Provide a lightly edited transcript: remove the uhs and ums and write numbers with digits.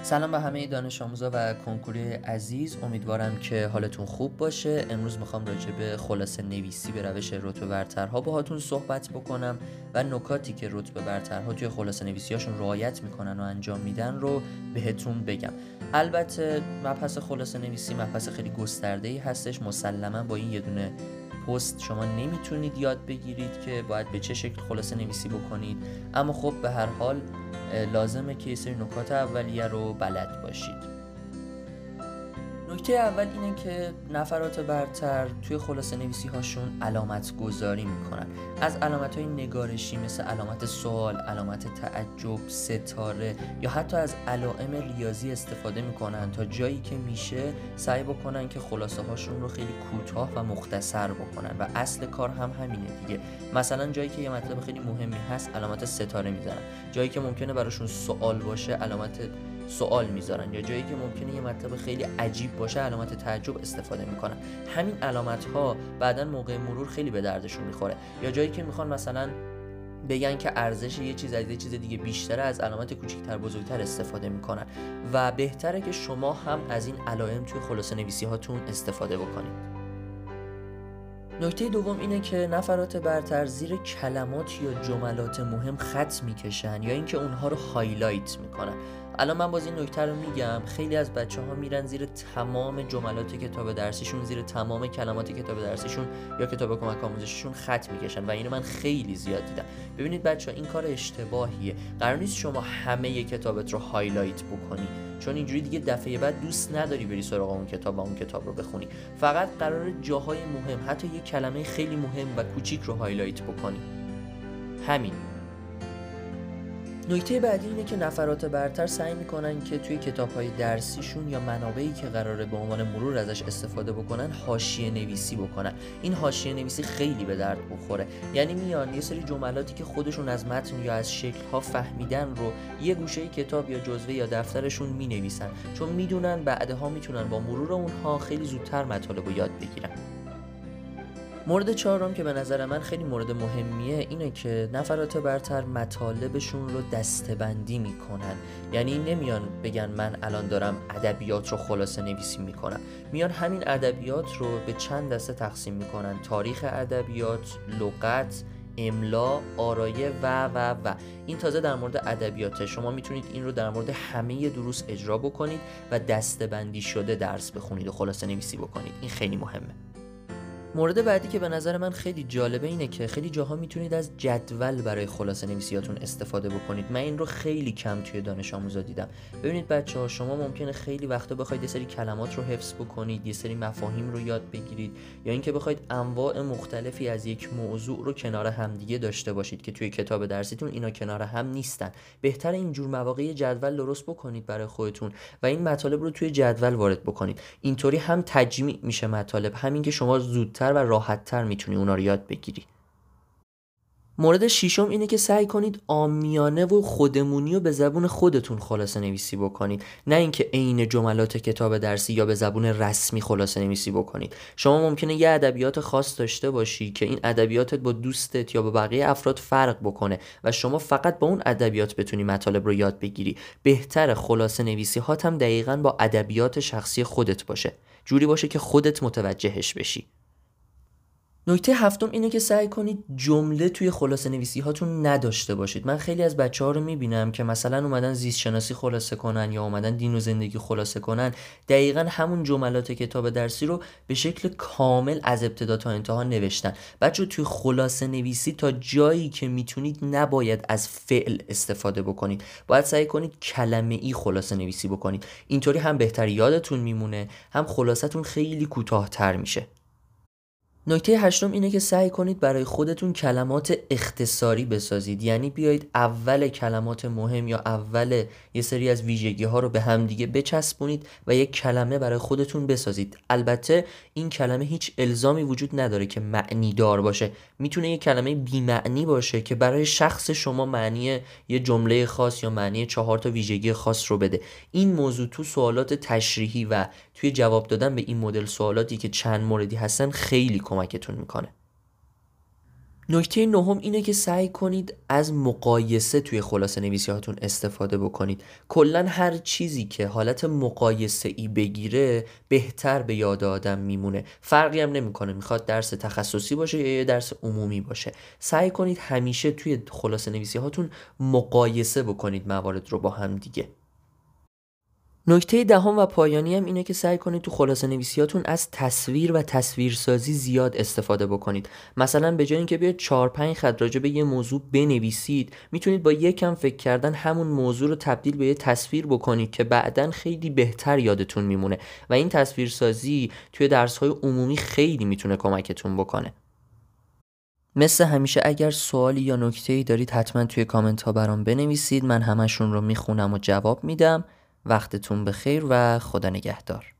سلام به همه دانش آموزا و کنکوری عزیز، امیدوارم که حالتون خوب باشه. امروز میخوام راجع به خلاصه نویسی به روش رتبه برترها باهاتون صحبت بکنم و نکاتی که رتبه برترها توی خلاصه نویسیاشون رعایت میکنن و انجام میدن رو بهتون بگم. البته مبحث خلاصه نویسی مبحث خیلی گسترده‌ای هستش، مسلما با این یه دونه پست شما نمیتونید یاد بگیرید که باید به چه شکل خلاصه نویسی بکنید، اما خب به هر حال لازمه که یه سری نکات اولیه رو بلد باشید. نکته اول اینه که نفرات برتر توی خلاصه نویسی هاشون علامت گذاری میکنن. از علامت های نگارشی مثل علامت سوال، علامت تعجب، ستاره یا حتی از علائم ریاضی استفاده میکنن تا جایی که میشه سعی بکنن که خلاصه هاشون رو خیلی کوتاه و مختصر بکنن و اصل کار هم همینه دیگه. مثلا جایی که یه مطلب خیلی مهمی هست علامت ستاره میزنن، جایی که ممکنه براشون سوال باشه علامت سوال میذارن، یا جایی که ممکنه یه مطلب خیلی عجیب باشه علامت تعجب استفاده میکنن. همین علامت ها بعدن موقع مرور خیلی به دردشون میخوره. یا جایی که میخوان مثلا بگن که ارزش یه چیز از یه چیز دیگه بیشتره، از علامت کوچیک‌تر بزرگتر استفاده میکنن و بهتره که شما هم از این علائم توی خلاصه نویسی هاتون استفاده بکنید. نکته دوم اینه که نفرات برتر زیر کلمات یا جملات مهم خط میکشن یا اینکه اونها رو هایلایت میکنن. الان من باز این نکته رو میگم، خیلی از بچه‌ها میرن زیر تمام جملات کتاب درسیشون، زیر تمام کلمات کتاب درسیشون یا کتاب کمک آموزشیشون خط میکشن و اینو من خیلی زیاد دیدم. ببینید بچه‌ها، این کار اشتباهیه. قرار نیست شما همه کتابت رو هایلایت بکنی، چون اینجوری دیگه دفعه بعد دوست نداری بری سراغ اون کتاب و اون کتاب رو بخونی. فقط قرار جاهای مهم، حتی یه کلمه خیلی مهم و کوچیک رو هایلایت بکنی. همین. نکته بعدی اینه که نفرات برتر سعی میکنن که توی کتاب‌های درسیشون یا منابعی که قراره به عنوان مرور ازش استفاده بکنن حاشیه نویسی بکنن. این حاشیه نویسی خیلی به درد بخوره. یعنی میان یه سری جملاتی که خودشون از متن یا از شکل‌ها فهمیدن رو یه گوشه کتاب یا جزوه یا دفترشون مینویسن، چون میدونن بعدها میتونن با مرور اونها خیلی زودتر مطالب رو یاد بگیرن. مورد چهارم که به نظر من خیلی مورد مهمیه اینه که نفرات برتر مطالبشون رو دسته‌بندی میکنن. یعنی نمیان بگن من الان دارم ادبیات رو خلاصه نویسی میکنم، میان همین ادبیات رو به چند دسته تقسیم میکنن: تاریخ ادبیات، لغت، املا، آرایه و این تازه در مورد ادبیات. شما میتونید این رو در مورد همه دروس اجرا بکنید و دسته‌بندی شده درس بخونید و خلاصه نویسی بکنید. این خیلی مهمه. مورد بعدی که به نظر من خیلی جالبه اینه که خیلی جاها میتونید از جدول برای خلاصه نویسیاتون استفاده بکنید. من این رو خیلی کم توی دانش آموزا دیدم. ببینید بچه‌ها، شما ممکنه خیلی وقتا بخواید یه سری کلمات رو حفظ بکنید، یه سری مفاهیم رو یاد بگیرید، یا اینکه بخواید انواع مختلفی از یک موضوع رو کنار همدیگه داشته باشید که توی کتاب درسیتون اینا کنار هم نیستن. بهتره اینجور مواقع جدول درست بکنید برای خودتون و این مطالب رو توی جدول وارد بکنید. اینطوری هم تجمیع میشه مطالب، همین که شما زودتر و راحت‌تر میتونی اونا رو یاد بگیری. مورد ششم اینه که سعی کنید عامیانه و خودمونی و به زبون خودتون خلاصه نویسی بکنید، نه اینکه عین جملات کتاب درسی یا به زبون رسمی خلاصه نویسی بکنید. شما ممکنه یه ادبیات خاص داشته باشی که این ادبیاتت با دوستت یا با بقیه افراد فرق بکنه و شما فقط با اون ادبیات بتونی مطالب رو یاد بگیری. بهتره خلاصه نویسی هات هم دقیقاً با ادبیات شخصی خودت باشه، جوری باشه که خودت متوجهش بشی. نکته هفتم اینه که سعی کنید جمله توی خلاصه نویسی هاتون نداشته باشید. من خیلی از بچه‌ها رو میبینم که مثلا اومدن زیست شناسی خلاصه کنن یا اومدن دین و زندگی خلاصه کنن، دقیقاً همون جملات کتاب درسی رو به شکل کامل از ابتدا تا انتها نوشتن. بچه‌ها توی خلاصه نویسی تا جایی که میتونید نباید از فعل استفاده بکنید، باید سعی کنید کلمه‌ای خلاصه نویسی بکنید. اینطوری هم بهتر یادتون میمونه، هم خلاصتون خیلی کوتاه‌تر میشه. نکته هشتم اینه که سعی کنید برای خودتون کلمات اختصاری بسازید. یعنی بیایید اول کلمات مهم یا اول یه سری از ویژگی ها رو به هم دیگه بچسبونید و یک کلمه برای خودتون بسازید. البته این کلمه هیچ الزامی وجود نداره که معنی دار باشه، میتونه یک کلمه بی معنی باشه که برای شخص شما معنی یه جمله خاص یا معنی 4 تا ویژگی خاص رو بده. این موضوع تو سوالات تشریحی و توی جواب دادن به این مدل سوالاتی که چند موردی هستن خیلی کمکتون میکنه. نکته نهم اینه که سعی کنید از مقایسه توی خلاصه نویسی هاتون استفاده بکنید. کلا هر چیزی که حالت مقایسه ای بگیره بهتر به یاد آدم میمونه. فرقی هم نمیکنه میخواد درس تخصصی باشه یا یه درس عمومی باشه. سعی کنید همیشه توی خلاصه نویسی هاتون مقایسه بکنید موارد رو با هم دیگه. نکته دهم و پایانی هم اینه که سعی کنید تو خلاصه نویسیاتون از تصویر و تصویرسازی زیاد استفاده بکنید. مثلا به جای اینکه بیاید 4-5 خط راجع به یه موضوع بنویسید، میتونید با یکم فکر کردن همون موضوع رو تبدیل به یه تصویر بکنید که بعداً خیلی بهتر یادتون میمونه و این تصویرسازی توی درس‌های عمومی خیلی میتونه کمکتون بکنه. مثل همیشه اگر سوالی یا نکته‌ای دارید حتما توی کامنت ها برام بنویسید. من همشون رو میخونم و جواب میدم. وقتتون بخیر و خدا نگهدار.